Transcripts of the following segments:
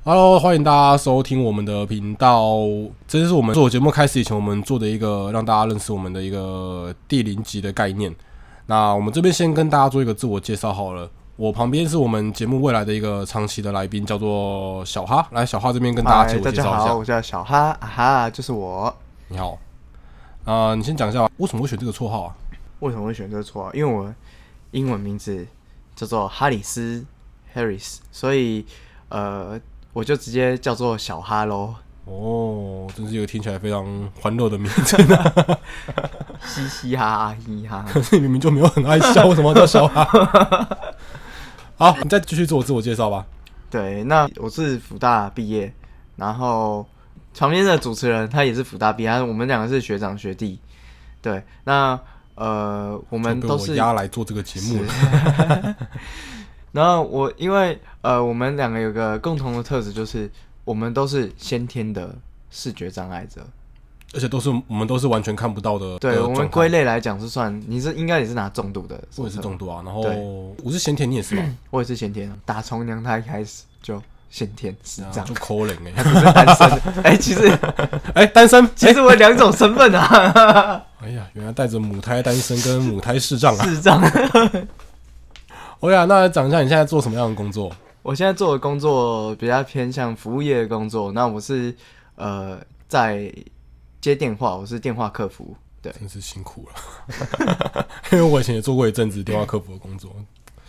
Hello， 欢迎大家收听我们的频道。这是我们做节目开始以前，我们做的一个让大家认识我们的一个第0集的概念。那我们这边先跟大家做一个自我介绍好了。我旁边是我们节目未来的一个长期的来宾，叫做小哈。来，小哈这边跟大家自我介绍一下。 大家好，我叫小哈，啊哈，就是我。 你好，你先讲一下为什么会选这个绰号啊？ 为什么会选这个绰号？因为我英文名字叫做哈里斯 （Harris）， 所以我就直接叫做小哈咯。 哦，真是一个听起来非常欢乐的名字嘻嘻哈哈，嘻嘻哈哈。 可是你明明就没有很爱笑，为什么叫小哈？好，你再继续做自我介绍吧。 对，那我是辅大毕业，然后旁边的主持人他也是辅大毕业，我们两个是学长学弟。对，那我们都是被我压来做这个节目了。然后因为我们两个有个共同的特质，就是我们都是先天的视觉障碍者， 而且我们都是完全看不到的。 对，我们归类来讲是算，应该也是拿重度的。 我也是重度啊，然后我是先天，你也是吗？ 我也是先天，打从娘胎开始就先天视障， 就可怜还不是单身。其实单身， 其实我有两种身份啊。 哎呀，原来带着母胎单身跟母胎视障啊。 视障。 OK 啊，那讲一下你现在做什么样的工作？ 我现在做的工作比较偏向服务业的工作。那我是在接电话，我是电话客服。对， 真是辛苦了。因为我以前也做过一阵子电话客服的工作。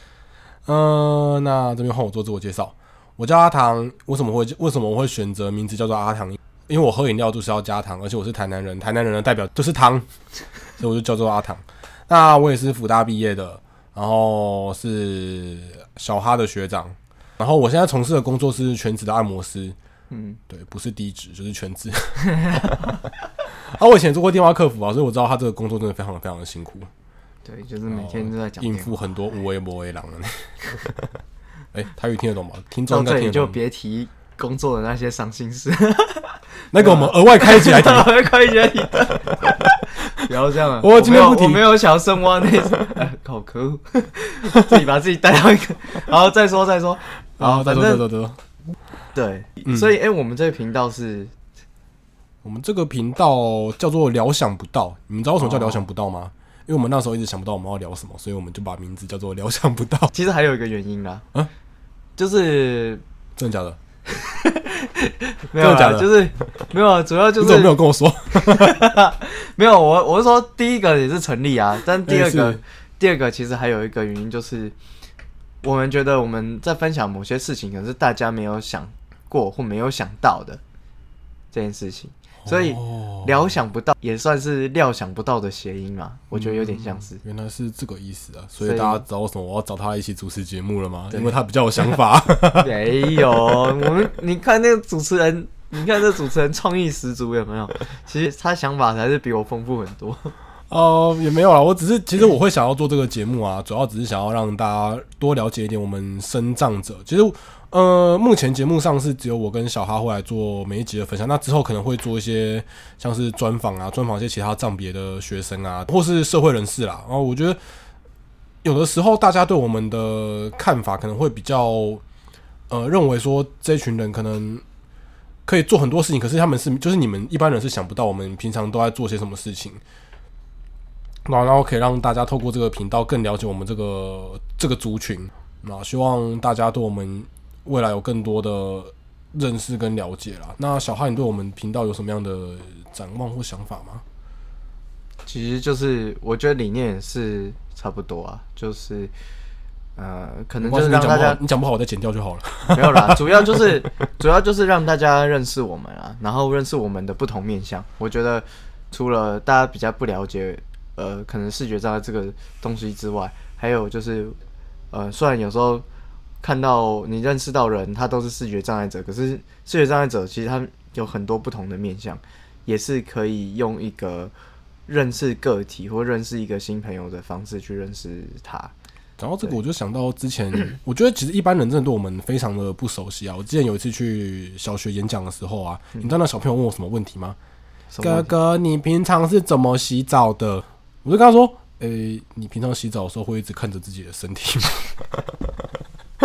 那这边换我做自我介绍。我叫阿唐，为什么我会选择名字叫做阿唐？因为我喝饮料就是要加糖，而且我是台南人，台南人的代表就是糖，所以我就叫做阿唐。那我也是辅大毕业的，然后是小哈的学长，然后我现在从事的工作是全职的按摩师。对，不是低职就是全职。我以前做过电话客服啊，所以我知道他这个工作真的非常非常的辛苦。 对，就是每天都在讲应付很多无为不为狼的。台语听得懂吗？听众应该听得懂。到这里就别提工作的那些伤心事。 那个我们额外开一集来听。 额外开一集来听。不要这样了， 我今天不提， 我没有想要深挖那种。好可恶，自己把自己带到一个，然后再说。 好，再说。 对，所以我们这个频道是， 我们这个频道叫做聊想不到。你们知道为什么叫聊想不到吗？因为我们那时候一直想不到我们要聊什么，所以我们就把名字叫做聊想不到。 其实还有一个原因啦，就是真的假的？ 没有啦，就是没有，主要就是你怎么没有跟我说？ 没有，我是说第一个也是成立啊，但第二个其实还有一个原因，就是我们觉得我们在分享某些事情，可是大家没有想过或没有想到的这件事情，所以料想不到也算是料想不到的谐音嘛，我觉得有点像是。 原来是这个意思啊，所以大家知道为什么我要找他一起主持节目了吗？因为他比较有想法。 没有，你看那个主持人，你看这主持人创意十足，有没有？其实他想法才是比我丰富很多。 也没有啦，其实我会想要做这个节目啊，主要只是想要让大家多了解一点我们身障者。其实目前节目上是只有我跟小哈会来做每一集的分享，那之后可能会做一些像是专访一些其他障别的学生啊，或是社会人士啦。然后我觉得有的时候大家对我们的看法可能会比较认为说这一群人可能可以做很多事情，可是他们就是你们一般人是想不到我们平常都在做些什么事情。然后可以让大家透过这个频道更了解我们这个族群。那希望大家对我们未来有更多的认识跟了解啦。那小哈，你对我们频道有什么样的展望或想法吗？ 其实就是我觉得理念也是差不多啊，就是可能就是让大家你讲不好我再剪掉就好了。 没有啦，主要就是让大家认识我们啊，然后认识我们的不同面向。我觉得除了大家比较不了解可能视觉障碍这个东西之外，还有就是虽然有时候看到你认识到人他都是视觉障碍者，可是视觉障碍者其实他有很多不同的面向，也是可以用一个认识个体或认识一个新朋友的方式去认识他。 讲到这个，我就想到之前，我觉得其实一般人真的对我们非常的不熟悉啊。我之前有一次去小学演讲的时候啊，你知道那小朋友问我什么问题吗？哥哥，你平常是怎么洗澡的？我就跟他说：“你平常洗澡的时候会一直看着自己的身体吗？”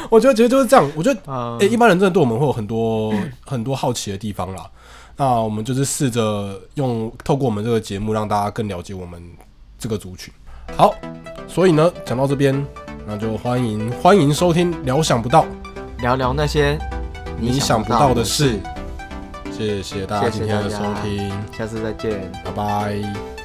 我觉得其实就是这样。我觉得，一般人真的对我们会有很多好奇的地方啦。那我们就是试着透过我们这个节目，让大家更了解我们这个族群。好，所以呢，讲到这边，那就欢迎收听《聊想不到》， 聊聊那些你想不到的事。谢谢大家今天的收听， 下次再见， 拜拜。